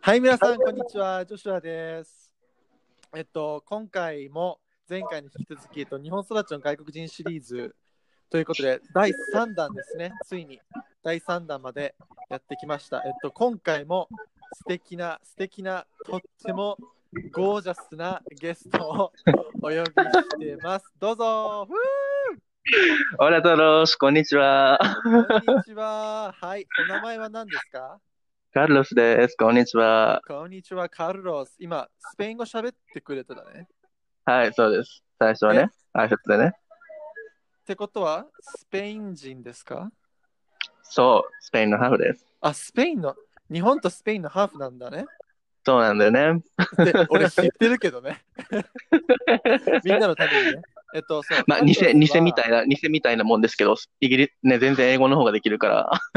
はい、皆さん、こんにちは。ジョシュアです。今回も前回に引き続き、日本育ちの外国人シリーズということで、第3弾ですね。ついに第3弾までやってきました。今回も素敵な、とってもゴージャスなゲストをお呼びしています。どうぞ。 Hola a todos, konnichiwa. こんにちは。はい、お名前は何ですか？ Carlos です。こんにちは。 こんにちは、カルロス。今、スペイン語喋ってくれただね。 はい、そうです。最初はえ、 ね、挨拶でね。 ってことは、スペイン人ですか？ そう、スペインのハーフです。 あ、スペインの、日本とスペインのハーフなんだね。 そうなんだよね。 で、俺知ってるけどね。みんなのためにね。そう、 まあ、 カルロスは、 偽みたいなもんですけど、イギリス、ね、全然英語の方ができるから。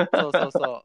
そうそうそう。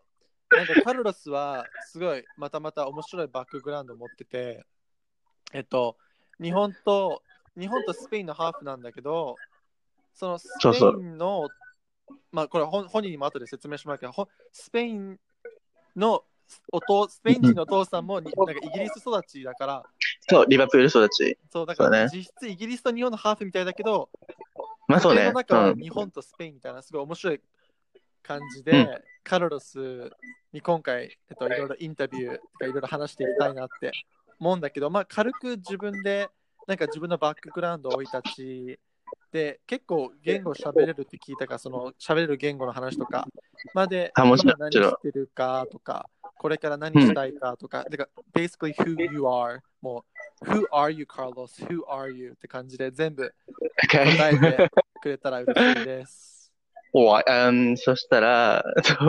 なんかカルロスは、すごい、またまた面白いバックグラウンドを持ってて、えっと、日本と、日本とスペインのハーフなんだけど、そのスペイそうそう。 ンの、まあ、これ本人にも後で説明しますけど、スペインのスペイン人のお父さんもなんかイギリス育ちだから、 そう、リバプール育ち。 そうだからそうね。 実質イギリスと日本のハーフみたいだけど、家庭のまあそうね。 中はうん。 日本とスペインみたいなすごい面白い感じうん。 で、カルロスに今回、いろいろインタビューとかいろいろ話していきたいなって思うんだけど、まあ軽く自分でなんか自分のバックグラウンド生い立ちで結構言語喋れるって聞いたから、その喋れる言語の話とかまで、 あ、もちろん、 今もちろん。 何してるかとか、これから何うん。 したいかとか、でか basically who you are、もう who are you Carlos、who are you って感じで全部 Okay. 答えてくれたら嬉しいです。 そしたら、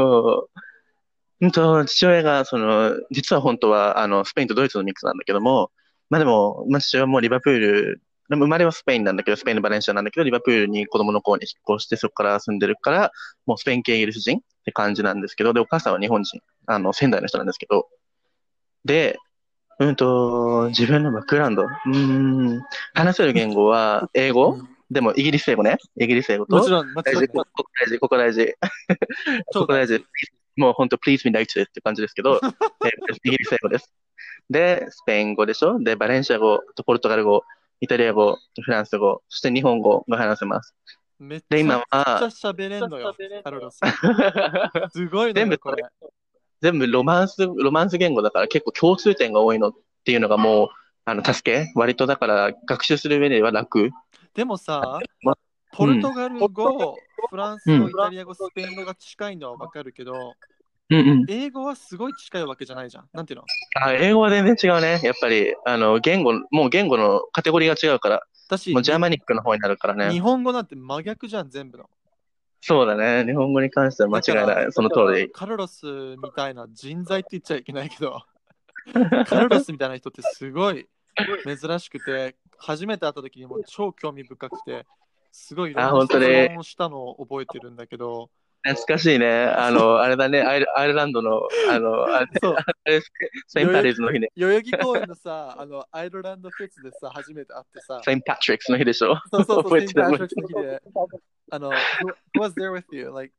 父親が、実は本当は、スペインとドイツのミックスなんだけども、まあでも、父親はもうリバプール、でも生まれはスペインなんだけど、スペインのバレンシアなんだけど、リバプールに子供の頃に引っ越して、そこから住んでるから、もうスペイン系イギリス人って感じなんですけど、で、お母さんは日本人、仙台の人なんですけど、で、自分のバックグラウンド、話せる言語は英語、 うん、 でもイギリス英語ね。イギリス英語と、 もちろん、間違大事、 ってない。 ここ大事、ここ大事。ここ大事。 超大事。 もう本当、please me like to って感じですけど、イギリス英語です。で、スペイン語でしょ。で、バレンシア語とポルトガル語、イタリア語、フランス語、そして日本語が話せます。 めで、 ちゃくちゃ今は、 喋れんのよ、カルロス。すごいのよ、 全部、 これ。 全部ロマンス言語だから結構共通点が多いのっていうのがもう、助け割とだから学習する上では楽。 でもさ、 ま、 ポうん、 ルトガル語、フランス語、 うん、 イタリア語、スペイン語が近いのはわかるけど、 うん、うん。 英語はすごい近いわけじゃないじゃん。なんていうの？ あ、英語は全然違うね。やっぱり、もう言語のカテゴリーが違うから、 私、 もうジャーマニックの方になるからね。 日本語なんて真逆じゃん、全部の。 そうだね。日本語に関しては間だから、 違いない。その通り。 カルロスみたいな人材って言っちゃいけないけど、カルロスみたいな人ってすごい珍しくて、初めて会った時にも超興味深くて、すごいいろあ、 んな質本当に。 問をしたのを覚えてるんだけど、 懐かしいね。あれだね。アイルランドの、 そう、 あれセンパ代々木リーズの日ね。 代々木公園のさ、アイルランドフェスでさ、初めて会ってさ、 センパトリックスの日でしょ。 そうそうそう、セン覚えてる、覚えてる。 ターショックの日で、who was there with you? Like,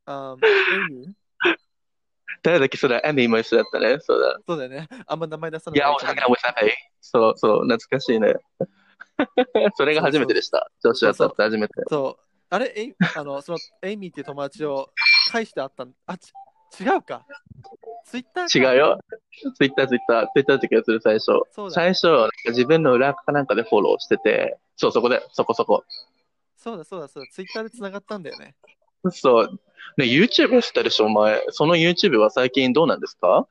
Amy? 誰だっけそれ、エミーも一緒だったね。そうだ。 そうだよね。あんま名前出さないや、 い I で was ごめん hanging ね。 out with Emmy. そうそう、懐かしいね。それが初めそうそう。 てでした。女子だったっそうそう。 て初めて。 そう。あれ、そのエイミーっていう友達を介して会ったん、違うか。ツイッターか。 違うよ。ツイッターって気がする、最初。 そうだ。 最初、なんか自分の裏かなんかでフォローしてて、そう、そこで、そこそこ。 そうだ。ツイッターで繋がったんだよね。 そう。ね、YouTube してたでしょ、お前。その YouTube は最近どうなんですか？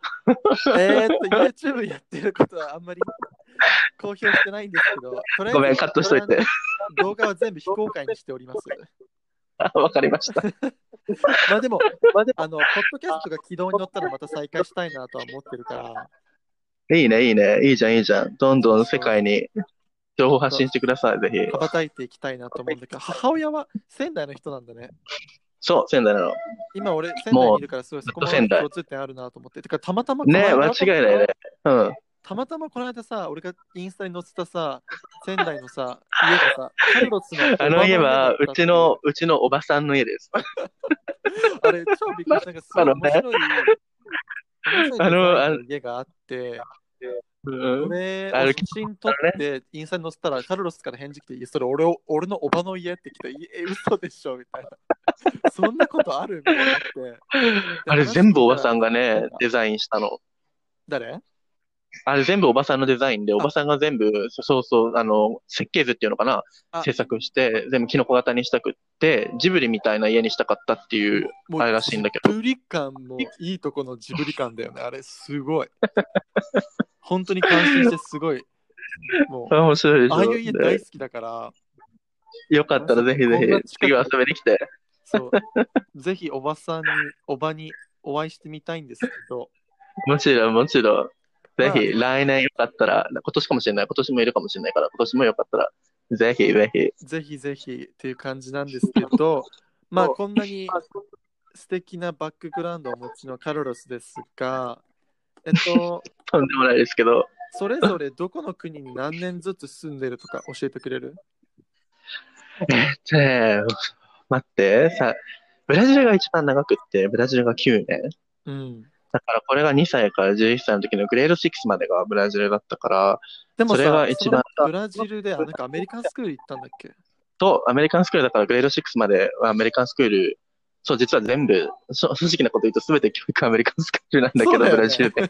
YouTube やってることはあんまり公表してないんですけど、とりあえごめん、 ずカットしといて。 動画は全部非公開にしております。 わかりました。 まあでも、ポッドキャストが軌道に乗ったらまた再開したいなとは思ってるから、 いいね、いいね。いいじゃん、いいじゃん。どんそうどん世そう、 界に情報発そう信してください、ぜひ。 羽ばたいていきたいなと思うんだけど、母親は仙台の人なんだね。 そう、仙台なの。 今俺仙台もう、 にいるからすごいずっそこもと仙台。 共通点あるなと思って。てかたまたまこのね、間間、 違いないね。うん。 この間さ、俺がインスタに載せたさ、仙台のさ、家がさ、カルロスのあおばの家だっの家は、 たっていう。 うちのおばさんの家です。 あれ超びっくりした。なんかすごい面ね、 白い。 面白いデザインの家があって、それを写真撮ってインスタに載せたら、カルロスから返事来て、いやそれ俺のおばの家って来て、嘘でしょみたいな。そんなことあるみたいになって。 あれ全部おばさんがね、デザインしたの。 誰？ あれ全部おばさんのデザインで、おばさんが全部、そうそう、設計図っていうのかな、制作して、全部キノコ型にしたくって、ジブリみたいな家にしたかったっていう、あれらしいんだけど。 ジブリ感もいいとこのジブリ感だよね、あれ、すごい。本当に感心してすごい。もう、 面白いでしょ。 ああいう家大好きだから。 よかったらぜひぜひ、次は遊びに来て。 そう。ぜひおばにお会いしてみたいんですけど。 もちろん、もちろん。ぜひ、来年よかったら、今年かもしれない、今年もいるかもしれないから、今年もよかったら、ぜひぜひ。 ぜひぜひっていう感じなんですけど、まあ、こんなに素敵なバックグラウンドをお持ちのカルロスですが、 とんでもないですけど。 それぞれどこの国に何年ずつ住んでるとか教えてくれる？ 待って、ブラジルが一番長くって、ブラジルが9年。 うん。 だからこれが2歳から11歳の時のグレード6までがブラジルだったから、 でもさ、 それが一番。 ブラジルでなんかアメリカンスクール行ったんだっけ？ アメリカンスクールだからグレード6まではアメリカンスクール、そう、実は全部、正直なこと言うと全て教育アメリカンスクールなんだけど、ブラジルで。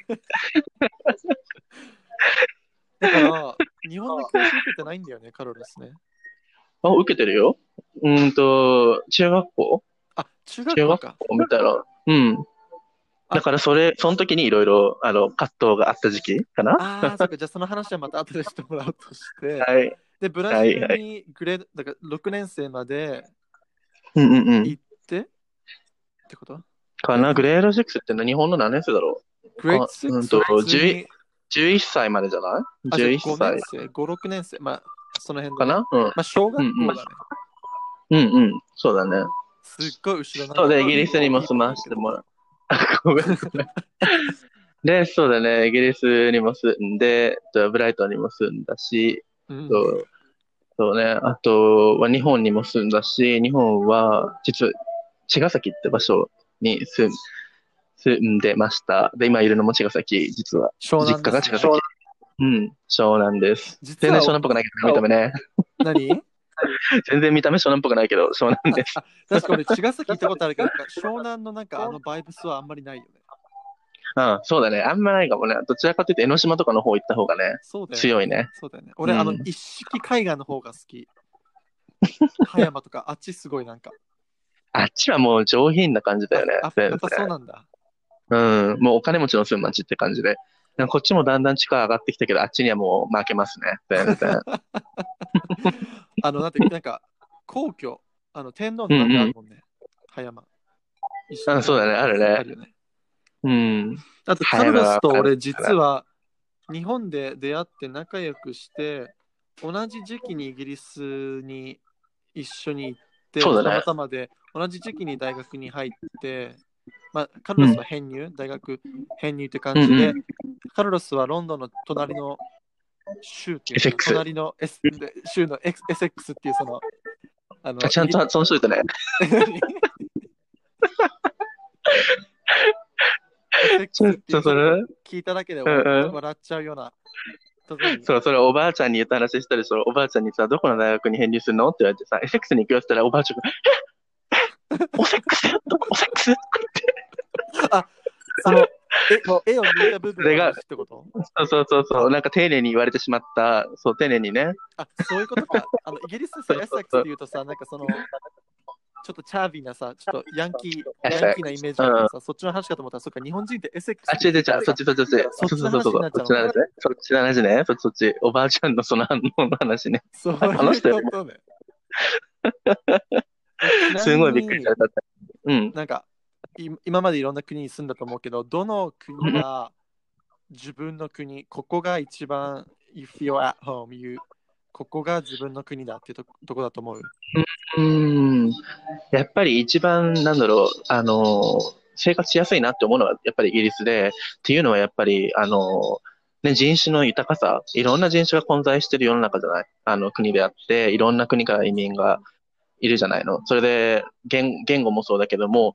だから、日本の教育受けてないんだよね、カロロスね。 受けてるよ。中学校中学校みたいな。うん。だからその時にいろいろ、葛藤があった時期かな。 そうか、じゃあその話はまた後でしてもらうとして。 はい。 で、ブラジルにだから6年生まで行ってってことかな。グレード6って日本の何年生だろう？ グレード6？ 11歳までじゃない？ 11 歳。 5、6年生。まあ、その辺かな。 まあ、小学校だね。そうだね。 すっごい後ろそうで、イギリスにも住ませてもらう。ごめんなさい。で、そうだね、イギリスにも住んで、ブライトンにも住んだし、そうね、あとは日本にも住んだし、日本は実は茅ヶ崎って場所に住んでました。で、今いるのも茅ヶ崎、実は。実家が茅ヶ崎。湘南です。全然湘南っぽくないけど、見た目ね。 何？ 全然見た目湘南っぽくないけど、湘南です。 確か俺、茅ヶ崎行ったことあるけど、湘南のなんかバイブスはあんまりないよね。 そうだね。あんまないかもね。どちらかというと江ノ島とかの方行った方がね、強いね。 そうだよね。俺、一色海岸の方が好き。葉山とか、あっちすごいなんか。 あっちはもう上品な感じだよね。 やっぱそうなんだ。 もうお金持ちの住む街って感じで。こっちもだんだん地価上がってきたけど、あっちにはもう負けますね。全然。 なんか、皇居、天皇のなんかあるもんね。葉山。 そうだね、あるね。あるよね。 あと、カルロスと俺、実は、日本で出会って仲良くして、同じ時期にイギリスに一緒に行って、たまたまで、同じ時期に大学に入って、まあ、カルロスは大学編入って感じで、カルロスはロンドンの隣の州っていう、隣の州のエセックスっていうちゃんと発音しといたね。 聞いただけで笑っちゃうような。 そう、それおばあちゃんに言った話したでしょ。おばあちゃんにさ、どこの大学に編入するのって言われてさ、エセックスに行くよって言ったら、おばあちゃんが、オセックスオセックスって。 絵を見た部分がってこと？ そう。なんか丁寧に言われてしまった。そう、丁寧にね。 そういうことか。イギリスでさ、エセックスって言うとさ、なんかちょっとチャービーなさ、ちょっとヤンキーなイメージだからさ、そっちの話かと思ったら、そっか、日本人ってエセックス。 違う、そっち。そっちの話ね。そっち。おばあちゃんのその反応の話ね。 そういうことね。 すごいびっくりされた。 なんか、今までいろんな国に住んだと思うけど、どの国が自分の国、ここが一番 you feel at home、ここが自分の国だってどこだと思う？ やっぱり一番、なんだろう、生活しやすいなって思うのはやっぱりイギリスで、っていうのはやっぱり、人種の豊かさ、いろんな人種が混在してる世の中じゃない、国であって、いろんな国から移民がいるじゃないの。それで、言語もそうだけども、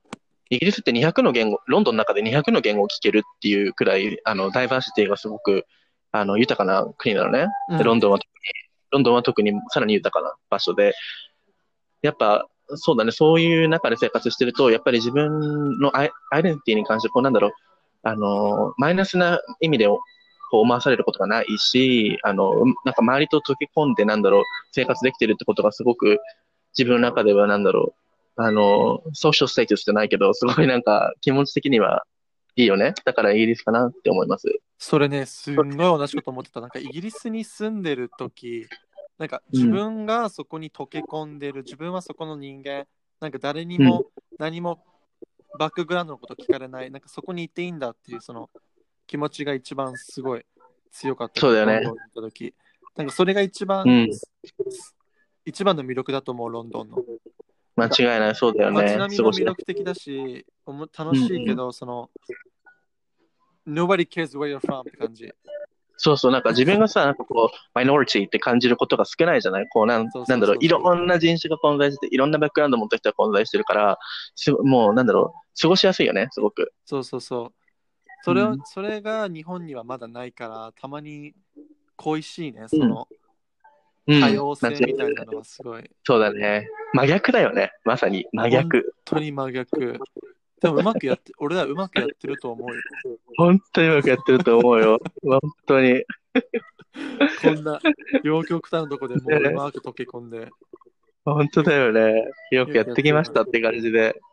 イギリスって200の言語、ロンドンの中で200の言語を聞けるっていうくらい、ダイバーシティがすごく、豊かな国なのね。で、 うん。 ロンドンは特にさらに豊かな場所で、やっぱ、そうだね、そういう中で生活してると、やっぱり自分のアイデンティティに関して、こうなんだろう、マイナスな意味でこう思わされることがないし、なんか周りと溶け込んで、なんだろう、生活できてるってことがすごく自分の中では、なんだろう、ソーシャルステータスじゃないけど、すごいなんか気持ち的にはいいよね。だからイギリスかなって思います。 それね、すんごい同じこと思ってた。なんかイギリスに住んでる時、なんか自うん、 分がそこに溶け込んでる、自分はそこの人間、なんか誰にうん、 も何もバックグラウンドのこと聞かれない、なんかそこに行っていいんだっていうその気持ちが一番すごい強かったかも、 そうだよね。 ロンドンに行った時。なんかそれがうん、 一番の魅力だと思う、ロンドンの。なんか間違いない、そうだよね。 街並みも過ごしやすい。 魅力的だし、楽うん、うん。 しいけど、その、Nobody cares where you're from って感じ。 そうそう、なんか自分がさ、なんかこう、マイノリティって感じることが少ないじゃないこう、 そうなんだろう、いそうそうそう。 ろんな人種が混在してて、いろんなバックグラウンドを持った人が混在してるから、もう、なんだろう、過ごしやすいよね、すごく。 そうそうそう。 うん。 それが日本にはまだないから、たまに恋しいね、 うん。 そのうん。 多様性みたいなのはすごい。 そうだね。真逆だよね。まさに、真本逆。 当に真逆。でも俺らうまくやってると思うよ。 本当にうまくやってると思うよ。本当に。 こんな両極端のとこでもううね、 まく溶け込んで、 本当だよね。よくよやってくやってるな。 きましたって感じで。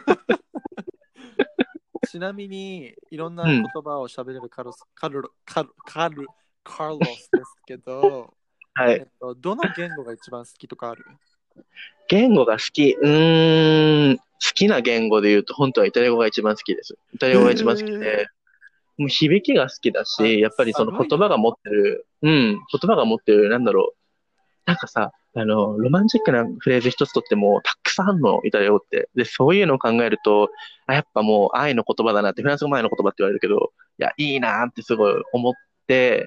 ちなみに、いろんなうん。 言葉を喋れるカルロスですけど、 はい。 どの言語が一番好きとかある？ 言語が好き。好きな言語で言うと、本当はイタリア語が一番好きです。イタリア語が一番好きー、 で、もう響きが好きだあ、 し、やっぱりそすのごいよね。 言葉が持ってる、なんだろう。なんかさ、ロマンチックなフレーズ一つとっても、たくさんあるの、イタリア語って。で、そういうのを考えると、やっぱもう愛の言葉だなって、フランス語も愛の言葉って言われるけど、いや、いいなってすごい思って、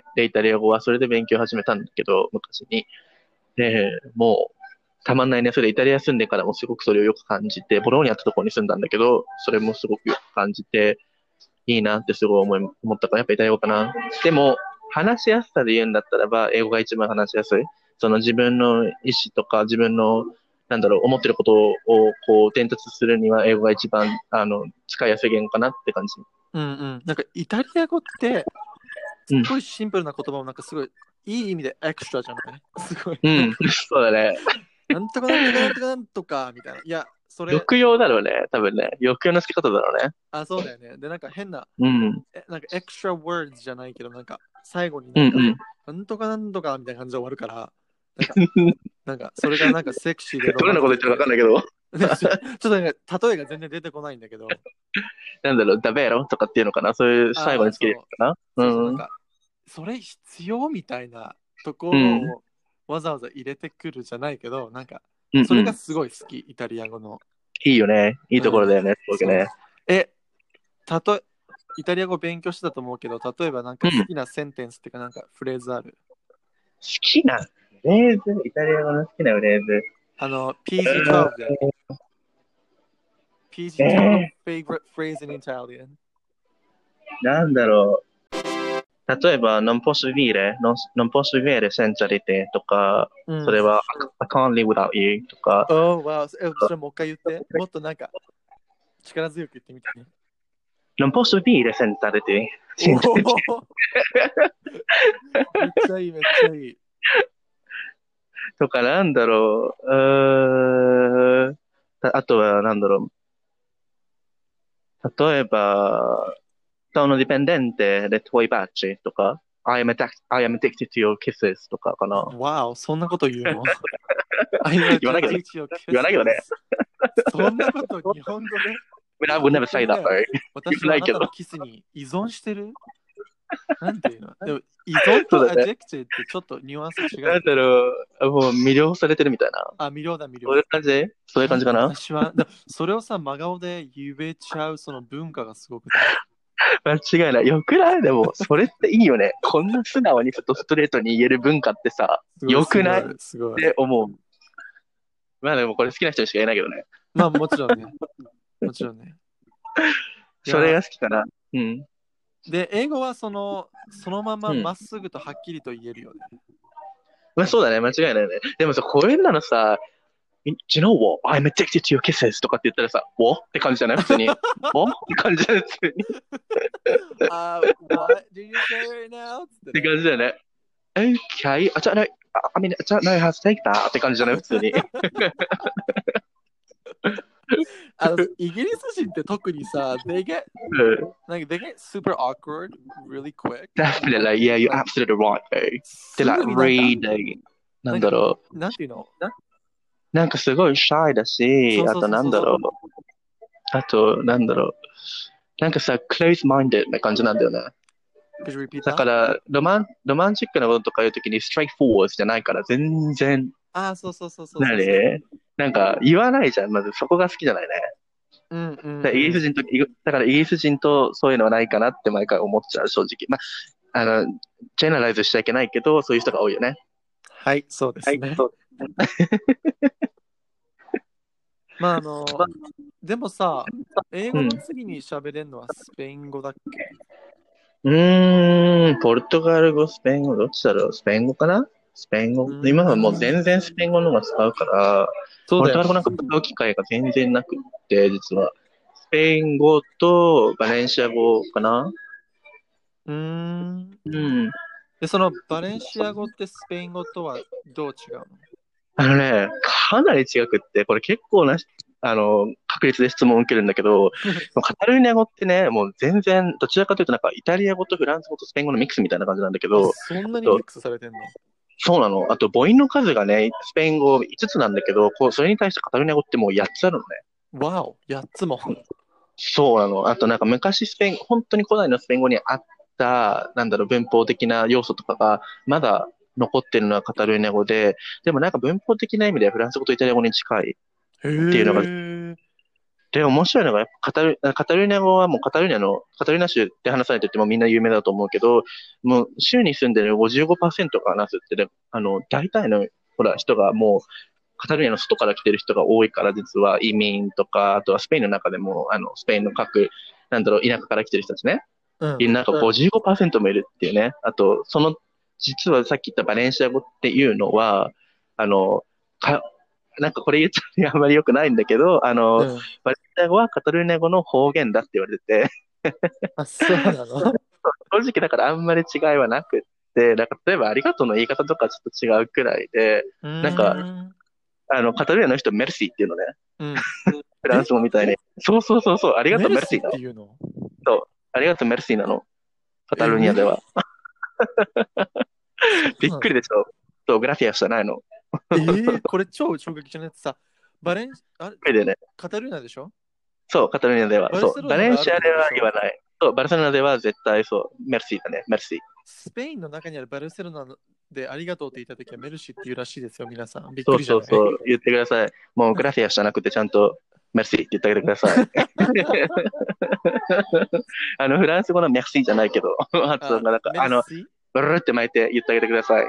で、イタリア語はそれで勉強始めたんだけど、昔に。で、もう、たまんないね。それでイタリア住んでからもすごくそれをよく感じて、ボローニャってところに住んだんだけど、それもすごくよく感じて、いいなってすごい思ったから、やっぱイタリア語かな。でも、話しやすさで言うんだったらば、英語が一番話しやすい。その自分の意思とか、自分の、なんだろう、思ってることを、こう、伝達するには、英語が一番、使いやすい言語かなって感じ。 うんうん。なんかイタリア語ってすうん。 っごいシンプルな言葉もなんかすごいいい意味でエクストラじゃない？すごい。 うん。 なんかそうだね。 なんとかなんとかなんとかなんとかみたいな。いや、それ、 抑揚だろうね。多分ね。抑揚の付け方だろうね。 あ、そうだよね。で、なんか変な、 うん。 なんかエクストラワードじゃないけど、なんか最後になんか、 うんうん。 なんとかなんとかみたいな感じで終わるから、なんか、なんかそれがなんかセクシーでロどれのこと言ってるマンティックで、 かわかんないけど、 ちょっとなんか例えが全然出てこないんだけど、 なんだろう、ダベロとかっていうのかな。そういう最後ああ、 につけるそう、 かな。 そうそう、なうん。 んか、それ必要みたいなとこうん。 ろをわざわざ入れてくるじゃないけど、なんか、それがうんうん。 すごい好き、イタリア語の。 いいよね。いいうん、 ところだよね。すごくね。 そう。え、たと、イタリア語勉強してたと思うけど、例えばなんか好うん。 きなセンテンスっていうかなんかフレーズある？ 好きなフレーズ、イタリア語の好きなフレーズ。 PG-12 で。PG-12 え favorite phrase in Italian。 なんだろう。例えば、non posso vivere senza di te とか、 うん。 それは、I can't live without you とか、 Oh, wow. それもう一回言って。もっとなんか力強く言ってみてね。 non posso vivere senza di te. お senza di te お、めっちゃいい、めっちゃいい。 とか、なんだろう。あとは、なんだろう。例えば、sono dipendente dai tuoi baci とか、I am addicted to your kisses とかかな。 Wow、そんなこと言うの？ I'm 言わないけどね。 addicted to your 言わないけどね。 kisses。そんなこと日本語で I mean, I would 言っ never て say みな that よ。 though. 言私わないけど。 はあなたのキスに依存してる？なんていうの？でも依存とそうだね。 addicted ってちょっとニュアンス違うなんよね。 だろう。もう魅了されてるみたいな。 あ、魅了だ、魅了。 そういう感じそういう感じかな。 私は、それをさ、真顔で言えちゃうその文化がすごくない？ 間違いない。よくないでも、それっていいよね。こんな素直にストレートに言える文化ってさ、 すごい、 よくないっすごい、すごい。 て思う。まあでもこれ好きな人にしか言えないけどね。 まあもちろんね。もちろんね。 いそれや、 が好きかな。うん。 で、英語はそのままうん。 まっすぐとはっきりと言えるよね。 まあそうだね、間違いないね。でもさ、こういうのさ、Do you know what? I'm addicted to your kisses とかって言ったらさ、what? って感じじゃない普通に。what? って感じじゃない普通に。っ What did you say right now? つっててね。 感じだよね。Okay, I don't know, I mean, I don't know how to take that って感じじゃない普通に。 イギリス人って特にさ、 うん。 they get super awkward really quick. Definitely, yeah, you're Like, absolutely right, though. で、 す like, ぐになんか、 really, ななんか、 んだろなんていうのなんかすごいシャイだし、あとそうそうそうそうそう。 あと、なんかさ、close-minded な感じなんだよね。 Could you repeat だ that? から、ロマンチックなこととか言うときに、straightforward じゃないから、全然、 そうそうそうそうそうそう。 何なんか、言わないじゃん。まず、そこが好きじゃないね。 うんうんだからイギリうん。 ス人と、だからイギリス人とそういうのはないかなって毎回思っちゃう、正直。まあ、ジェネラライズしちゃいけないけど、そういう人が多いよね。 はい、そうではい、 すね。 そう。 まあでもさ、英語のうん。 次に喋れるのはスペイン語だっけ？ ポルトガル語、スペイン語、どっちだろうスペイン語かなスペイン語。 うー今はもう全然スん。 ペイン語の方が使うから、 そうだよね。 ポルトガル語なんか使う機会が全然なくって、実は。スペイン語とバレンシア語かなうーん。 うん。 で、そのバレンシア語ってスペイン語とはどう違うの？ かなり違くって、これ結構な、確率で質問を受けるんだけど、カタルーニャ語ってね、もう全然、どちらかというとなんかイタリア語とフランス語とスペイン語のミックスみたいな感じなんだけど、 そんなにとミックスされてんの？ そうなの。あと母音の数がね、スペイン語5つなんだけど、それに対してカタルーニャ語ってもう8つあるのね。 わお、8つも。 そうなの。あとなんか昔本当に古代のスペイン語にあった、文法的な要素とかがまだ残ってるのはカタルーニャ語で、でもなんか文法的な意味ではフランス語とイタリア語に近いへっていうのが、 え。 で、面白いのが、やっぱカタルーニャ語はもうカタルーニャ州って話されててもみんな有名だと思うけど、もう州に住んでる55%が話すってね、大体のほら人がもうカタルーニャの外から来てる人が多いから、実は移民とか、あとはスペインの中でも、スペインの各、田舎から来てる人たちね。 うん。 なんか55%もいるっていうね。あと、実はさっき言ったバレンシア語っていうのは、あの、か、なんかこれ言っちゃあんまり良くないんだけど、 うん。 バレンシア語はカタルーニャ語の方言だって言われてて、 そうなの？ 正直だからあんまり違いはなくって、なんか例えばありがとうの言い方とかちょっと違うくらいで、 うなんか、 ーん。 カタルーニャの人メルシーっていうのね。 うん。 フランえス語みたいに。そうそうそうそう、ありがとうメルシーっメルシーなの。 ていうの？ そう、ありがとうメルシーなの。カタルーニャでは。 えそうびっなの？ くりでしょ。そう、グラフィアじゃないの。 これ超衝撃じゃないってさ、バレン、あれ、 びっくりでね。 カタルーナでしょ？ そう、カタルーニャでは。 バルそう、バレセロナがあるンシアではとこでしょ？ 言わない。そう、バルセロナでは絶対そう、メルシーだね、メルシー。 スペインの中にあるバルセロナでありがとうって言ったときはメルシーっていうらしいですよ、皆さん。びっそうくりじゃない？ そうそう、言ってください。もうグラフィアじゃなくてちゃんとメルシーって言ってあげてください。フランス語のメルシーじゃないけど、発音がなんか、 メルシー。 ブルルって巻いて言ってあげてください。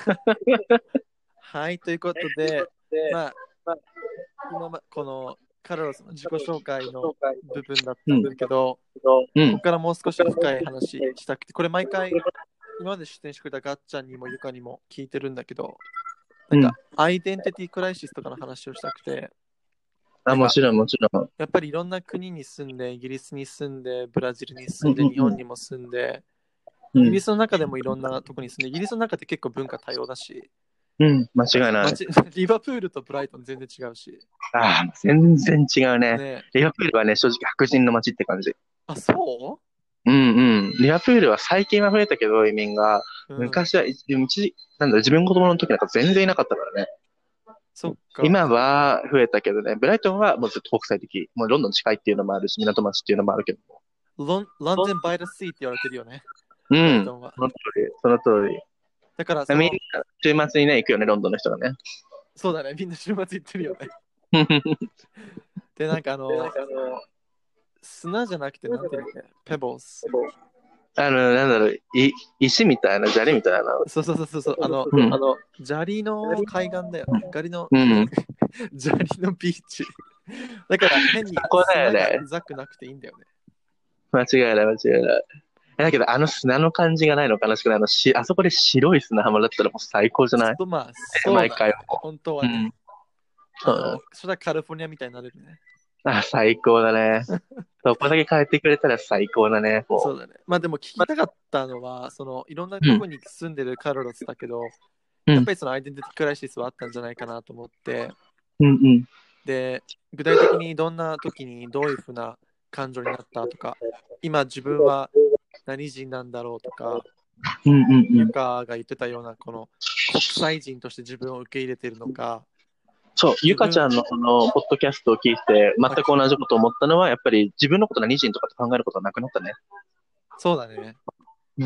はい、ということで、まあ、このカルロスの自己紹介の部分だったんだけど、 うん。 ここからもう少し深い話したくて、これ毎回、今まで出演してくれたガッチャンにもユカにも聞いてるんだけど、なんか、アイデンティティクライシスとかの話をしたくて、 もちろん、もちろん。 やっぱりいろんな国に住んで、イギリスに住んで、ブラジルに住んで、日本にも住んで、イギリスの中でもいろんなとこに住んで、イギリスの中って結構文化多様だし、 うん、間違いない。 リバプールとブライトン全然違うし。 全然違うね。 ね。 リバプールはね、正直白人の街って感じ。 そううんうん。リバプールは最近は増えたけど、移民が。 うん、 昔は自分子供の時なんか全然いなかったからね。 そっか。 今は増えたけどね。ブライトンはもうずっと国際的。もうロンドン近いっていうのもあるし、港町っていうのもあるけども。 ロンドンバイラスシーって言われてるよね。 うん。 ブライトンは。 その通り、その通り。 だからみんな週末にね、行くよね、ロンドンの人がね。 そうだね、みんな週末行ってるよね。で、なんか砂じゃなくて、なんていうんだっけ、ペボス。 石みたいな、砂利みたいな。 そう。砂利の海岸だよね。 うん。 砂利のビーチ。 だから変にここだよね。 砂がうざくなくていいんだよね。 間違いない、間違いない。だけど、あの砂の感じがないの悲しくないあそこで白い砂浜だったらもう最高じゃない？ まあ、そう毎回だね。本当はね。 うん。そうだね。 それはカリフォルニアみたいになれるね。 あ、最高だね。そこだけ変えてくれたら最高だね、もそうだね。まあでも聞きたかったのは、いろんなう。うん、 とこに住んでるカルロスだけど、 うん、 やっぱりそのアイデンティティクライシスはあったんじゃないかなと思って、 うん、うん、 で、具体的にどんな時にどういうふうな感情になったとか、今自分は何人なんだろうとか、 うん、うん、うゆん。 かが言ってたようなこの国際人として自分を受け入れているのか、 そう、ゆ自分、 かちゃんのその、ポッドキャストを聞いて、全く同じことを思ったのは、やっぱり自分のこと何人とかって考えることはなくなったね。 そうだね。 うん。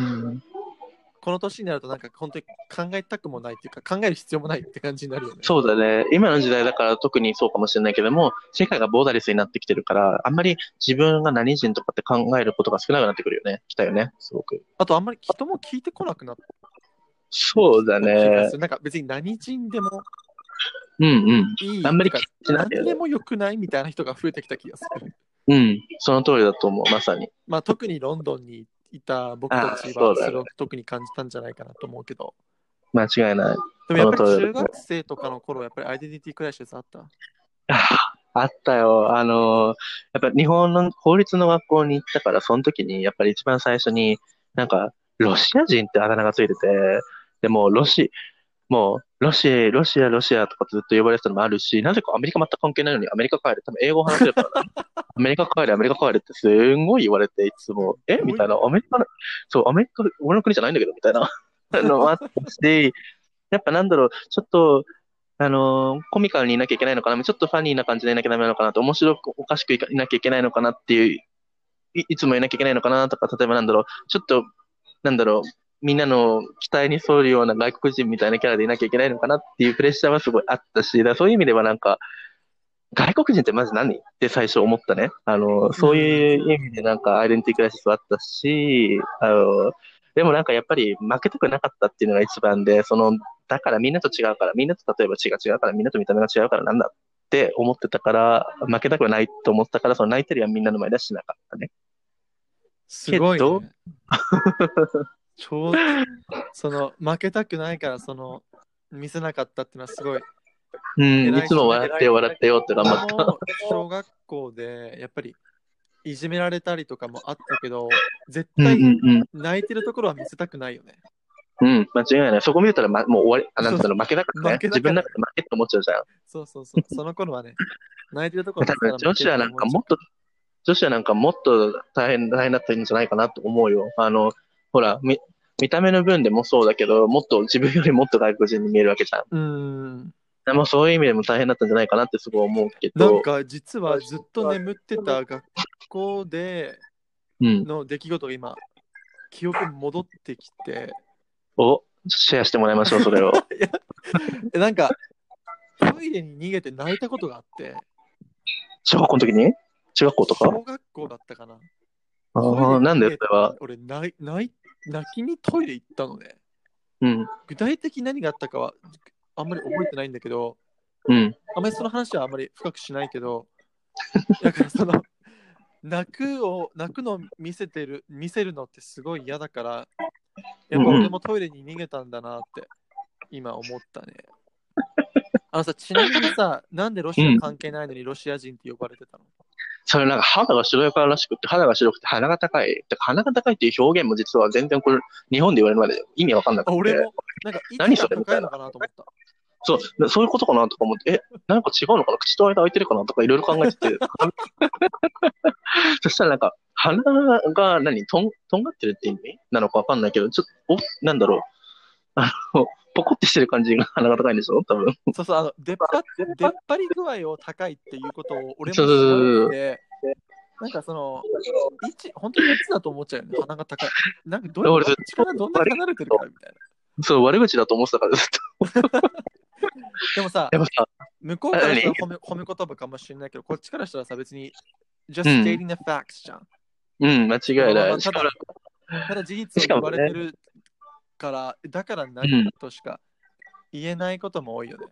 この年になるとなんか本当に考えたくもないっていうか、考える必要もないって感じになるよね。 そうだね。今の時代だから特にそうかもしれないけども、世界がボーダレスになってきてるから、あんまり自分が何人とかって考えることが少なくなってくるよね。来たよね、すごく。 あとあんまり人も聞いてこなくなったそうだね。 気がする。なんか別に何人でもうんうん。 いいとか、 あんまり気にしないよね。 何でもよくないみたいな人が増えてきた気がする。 うん。その通りだと思う、まさに。 まあ特にロンドンにいた僕ああ、 たちはそうだね。 それを特に感じたんじゃないかなと思うけど。 間違いない。 でもやっぱりその通りだと思う。 中学生とかの頃、やっぱりアイデンティティクライシスあった。 あったよ。やっぱ日本の法律の学校に行ったから、その時に、やっぱり一番最初に、なんか、ロシア人ってあだ名がついてて、でも、もう、ロシアとかずっと呼ばれてたのもあるし、なぜかアメリカ全く関係ないのにアメリカ帰る。多分英語話せるからな。アメリカ帰れ、アメリカ帰れってすんごい言われて、いつも、みたいな。アメリカの、そう、アメリカ、俺の国じゃないんだけど、みたいなのもあったし、やっぱなんだろう、ちょっと、コミカルにいなきゃいけないのかな、ちょっとファニーな感じでいなきゃダメなのかなと、面白くおかしくいなきゃいけないのかなっていう、いつもいなきゃいけないのかなとか、例えばなんだろう、ちょっと、なんだろう、みんなの期待に沿うような外国人みたいなキャラでいなきゃいけないのかなっていうプレッシャーはすごいあったし、だからそういう意味ではなんか、外国人ってまず何って最初思ったね。そううん。 いう意味でなんかアイデンティティクライシスはあったし、でもなんかやっぱり負けたくなかったっていうのが一番で、だからみんなと違うから、みんなと例えば違うから、みんなと見た目が違うからなんだって思ってたから、負けたくないと思ってたから、その泣いてるやんみんなの前ではしなかったね。 すけど、 ごいね。超、負けたくないから、見せなかったっていうのはすごいうん、い偉いし、 つも笑ってよ笑ってよって頑張った。 僕も小学校でやっぱりいじめられたりとかもあったけど、絶うん対うんうん。 泣いてるところは見せたくないよね。 うん、間違いない。そこ見れたら、もう終わり、なんそうていうの、負けだからね。 負けだからね。 自分の中で負けって思っちゃうじゃん。 そうそうそう。その頃はね、泣いてるところ見せた多分、 ら負けって思っちゃ女子はなんかもっと大変だったんじゃないかなと思うよ。ほら、見た目の分でもそうだけど、もっと自分よりもっと外国人に見えるわけじゃん。 う。ん。 でもそういう意味でも大変だったんじゃないかなってすごい思うけど、 なんか実はずっと眠ってた学校でうん。 の出来事が今、記憶戻ってきて、 シェアしてもらいましょう、それを。 いやなんかトイレに逃げて泣いたことがあって、 小学校の時に中学校とか小学校だったかな。トイレになんで逃げてそれは。 俺泣きにトイレ行ったのね。 うん。 具体的に何があったかはあんまり覚えてないんだけど、 うん。 あんまりその話はあんまり深くしないけど、だから泣くのを見せるのってすごい嫌だから、やっぱ俺もトイレに逃げたんだなって今思ったね。ちなみにさ、なんでロシア関係ないのにロシア人って呼ばれてたの？ それなんか肌が白いかららしくて、肌が白くて鼻が高い。だから鼻が高いっていう表現も実は全然これ、日本で言われるまで意味わかんなくて。 俺も、なんか位何置がそれみたいな。 高いのかなと思った。 そういうことかなとか思って、なんか違うのかな口と間空いてるかなとかいろいろ考えてて。そしたらなんか、鼻がとんがってるって意味なのかわかんないけど、なんだろう。ポコってしてる感じが鼻が高いんでしょ多分。 そうそう、出っ張り具合を高いっていうことを俺も知そうらそうなくて、なんか本当に位置だと思っちゃうよね、鼻が高い。なんかどういうこと口からどんなに離れてるかみたいな。 そう、悪口だと思ってたからずっでもさ、 と。でもさ、 向こうからしたら褒め言葉かもしれないけど、こっちからしたらさ、別に just うん stating the facts じゃん。 間違いない。 ただ事実を言われてるから、だから何としか言えないことも多いよね。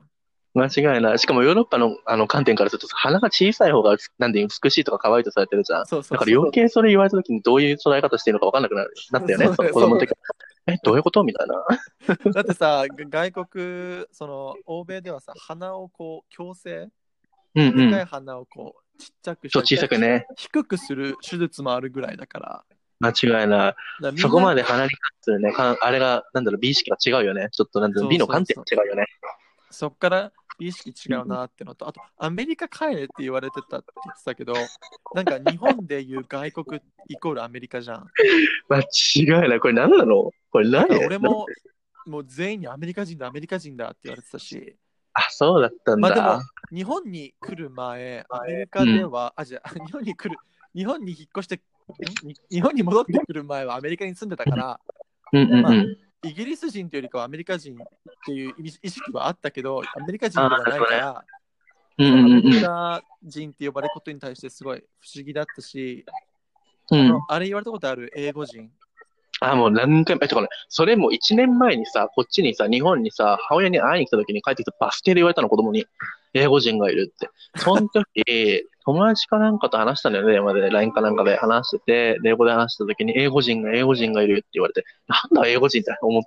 間違いない。しかもヨーロッパの、観点からすると鼻が小さい方が、なんで美しいとか可愛いとされてるじゃん。 そうそうそう。 だから余計それ言われた時にどういう捉え方していいのか分かんなくなったよね。そのそうだね、 子供の時。 そうだね。 どういうことみたいな。 だってさ、外国、欧米ではさ、鼻をこう、矯正、 うんうん。 でかい鼻をこう、ちっちゃくしそう、 たり、 小さくね。 低くする手術もあるぐらいだから、 間違いない。 みんな、 そこまで鼻に関するね、あれが、美意識が違うよね。ちょっとそう美の観点そうそう。 が違うよね。 そっから意識違ううん、 なってのと、あと、アメリカ帰れって言われてたって言ってたけど、なんか日本でいう外国イコールアメリカじゃん。 間違いない。これ何なのこれ何だから俺も、もう全員にアメリカ人だ、アメリカ人だって言われてたし、 あ、そうだったんだ。 まあでも、日本に来る前、アメリカでうん。 は、じゃあ、日本に引っ越して、日本に戻ってくる前はアメリカに住んでたから、 うんうんまあ、 うん。 イギリス人というよりかはアメリカ人っていう意識はあったけど、アメリカ人ああ、 ではなるほどね。 ないから、 うんそう、アメリうんうんカ人って呼ばれることに対してすごい不思議だったし、 うん。うん。 あれ言われたことある英語人。 あ、もう何回も、とかね、それも1年前にさ、こっちにさ、日本にさ、母親に会いに来た時に帰ってきたバス停で言われたの、子供に。英語人がいるって。その時、友達かなんかと話したんだよね、電話で、LINE かなんかで話してて、で英語で話した時に、英語人がいるって言われて、なんだ英語人って思って。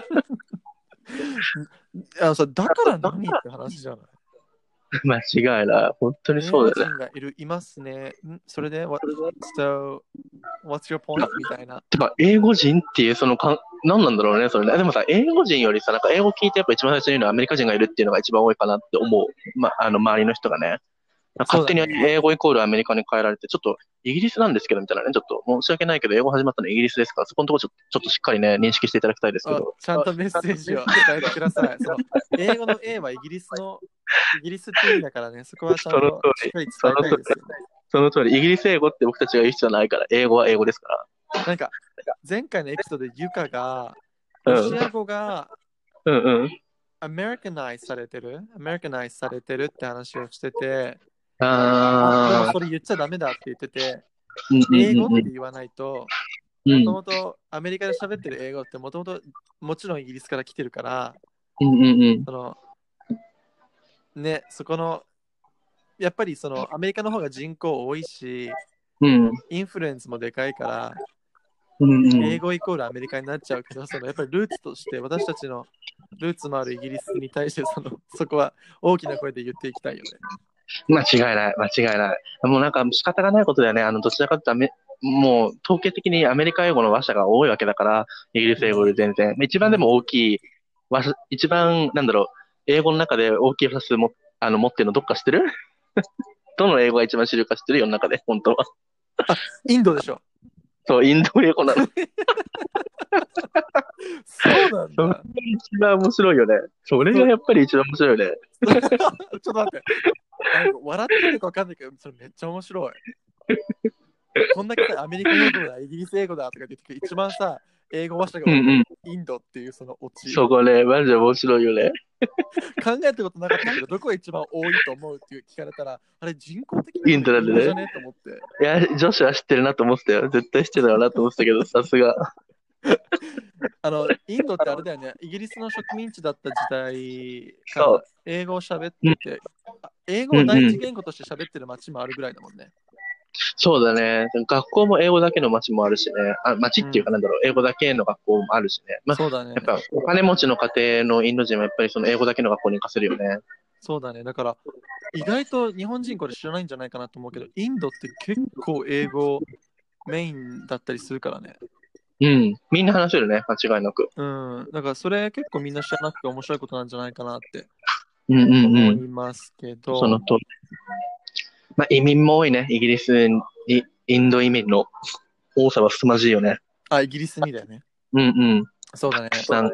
だから何って話じゃない。 間違いない。本当に英語そうだよね。 人がいますね。それで、so, what's your point? みたいな。 てか、英語人っていう、何なんだろうね、それね。でもさ、英語人よりさ、なんか英語聞いてやっぱ一番最初に言うのはアメリカ人がいるっていうのが一番多いかなって思う。周りの人がね。勝手にそうだね。 英語イコールアメリカに変えられて、ちょっとイギリスなんですけど、みたいなね。ちょっと申し訳ないけど、英語始まったのイギリスですから、そこのところちょっとしっかりね、認識していただきたいですけど。 ちゃんとメッセージを伝えてください。英語の A はイギリスって意味だからね、そこはちゃんその通り、 としっかり伝えたいですよね。 その通り、イギリス英語って僕たちが言う必要はないから、英語は英語ですかなんか、前回のエピソードでユカが、 ら。うん。 ロシア語がうんうん。 アメリカナイズされてるって話をしてて、でもあー。 それ言っちゃダメだって言ってて、 うんうん英語っうんうん。 て言わないと、もとうんもとアメリカで喋ってる英語ってもともともちろんイギリスから来てるから、 うんうんうん。 そのね、やっぱりアメリカの方が人口多いし、 うんインフルエンスもでかいから、 うんうん。 英語イコールアメリカになっちゃうけど、やっぱりルーツとして私たちのルーツもあるイギリスに対してそこは大きな声で言っていきたいよね。 間違いない、間違いない。もうなんか仕方がないことだよね。どちらかというともう統計的にアメリカ英語の話者が多いわけだから、イギリス英語より全然。一番でも大きい一番、英語の中で大きい話数持ってるのどっか知ってるどの英語が一番主流か知ってる世の中で、本当は。 インドでしょ。 そう、インド英語なの。 そうなんそれがだ。 一番面白いよね。それがやっぱり一番面白いよね。 ちょっと待って。笑っていいのか分かんないけど、それめっちゃ面白い。こんだけさ、アメリカ英語だ、イギリス英語だとか言って、一番さ、英語話者が多いのうんうん。 インドっていうそのオチ。 そこね、マジで面白いよね。 考えたことなかったけど、どこが一番多いと思うって聞かれたら、あれ人口的にイこれンドなんでね。 インドじゃねと思って。 いや、女子は知ってるなと思ってたよ。絶対知ってたよなと思ってたけど、さすが。 インドってあれだよね、イギリスの植民地だった時代かそら英語を喋っう。うんてて、英語を第一うんうん。 言語として喋ってる街もあるぐらいだもんね。 そうだね。学校も英語だけの街もあるしね。街っていううん、 か英語だけの学校もあるしね。まあ、 そうだね。 やっぱお金持ちの家庭のインド人はやっぱりその英語だけの学校に行かせるよね。 そうだね。だから、意外と日本人これ知らないんじゃないかなと思うけど、インドって結構英語メインだったりするからね。 うん。みんな話せるね。間違いなく。 うん。だからそれ結構みんな知らなくて面白いことなんじゃないかなってうんうん思いうん。 ますけど、 その通り。まあ、移民も多いね。イギリスに、インド移民の多さは凄まじいよね。 イギリスにだよね。 うんうん。 そうだね。 たくさん。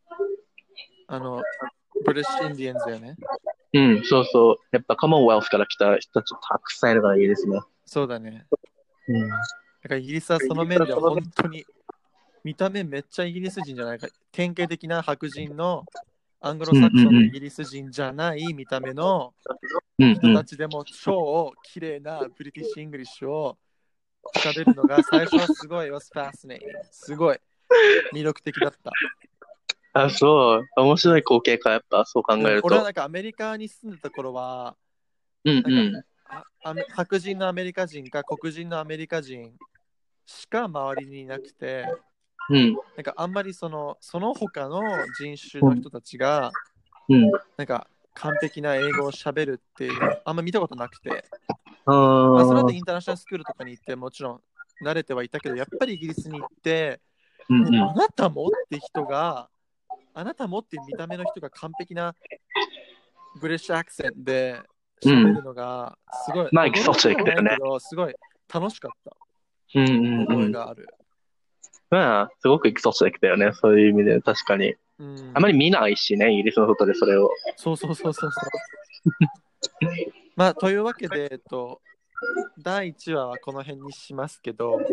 ブリティッシュ・インディアンズだよね。 うん、そうそう。やっぱカモンウェルスから来た人たちたくさんいるからいいですね。 そうだね。 うん。 だからイギリスはその面では本当に見た目めっちゃイギリス人じゃないか。典型的な白人のアングロサクソンのイギリス人じゃない見た目の人たちでも超綺麗なブリティッシュ・イングリッシュを喋るのが最初はすごいwas fascinating。すごい魅力的だった。 あ、そう。面白い光景か、やっぱ、そう考うん、 えると。 俺はなんかアメリカに住んでた頃は、 うんなんかう白人のアメリカ人か黒人のアメリカ人しか周りにいなくて、 ん。うん。 なんかあんまりその他の人種うん。 の人たちが、 うん。 なんか完璧な英語を喋るっていうのあんま見たことなくて、 あまあその後あ。 インターナショナルスクールとかに行ってもちろん慣れてはいたけど、やっぱりイギリスに行って、 うんうん。 あなたもって人が、あなたもっていう見た目の人が完璧なブリッシュアクセントでうん。 喋るのが、すごいまあ、エキゾ驚きではチックだよね。 ないけど、すごい楽しかったうんうんうん。 覚えがある。 まあ、すごくエキゾチックだよね。そういう意味で、確かに。 うん。 あまり見ないしね、イギリスの外でそれを。 そうそうそうそうそう。まあ、というわけで、第1話はこの辺にしますけど、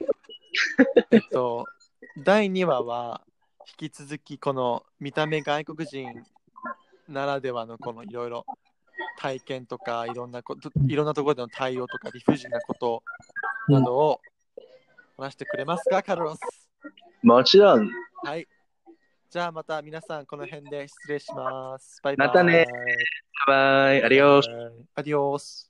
第2話は引き続きこの見た目外国人ならではのこのいろいろ体験とかいろんなこと、いろんなところでの対応とか理不尽なことなどを話してくれますか、カルロス。 もちろん。 はい。じゃあまた皆さんこの辺で失礼します。バイバまたね。 イ。 バイバイ。アバイバディオス。 イ。アディオス。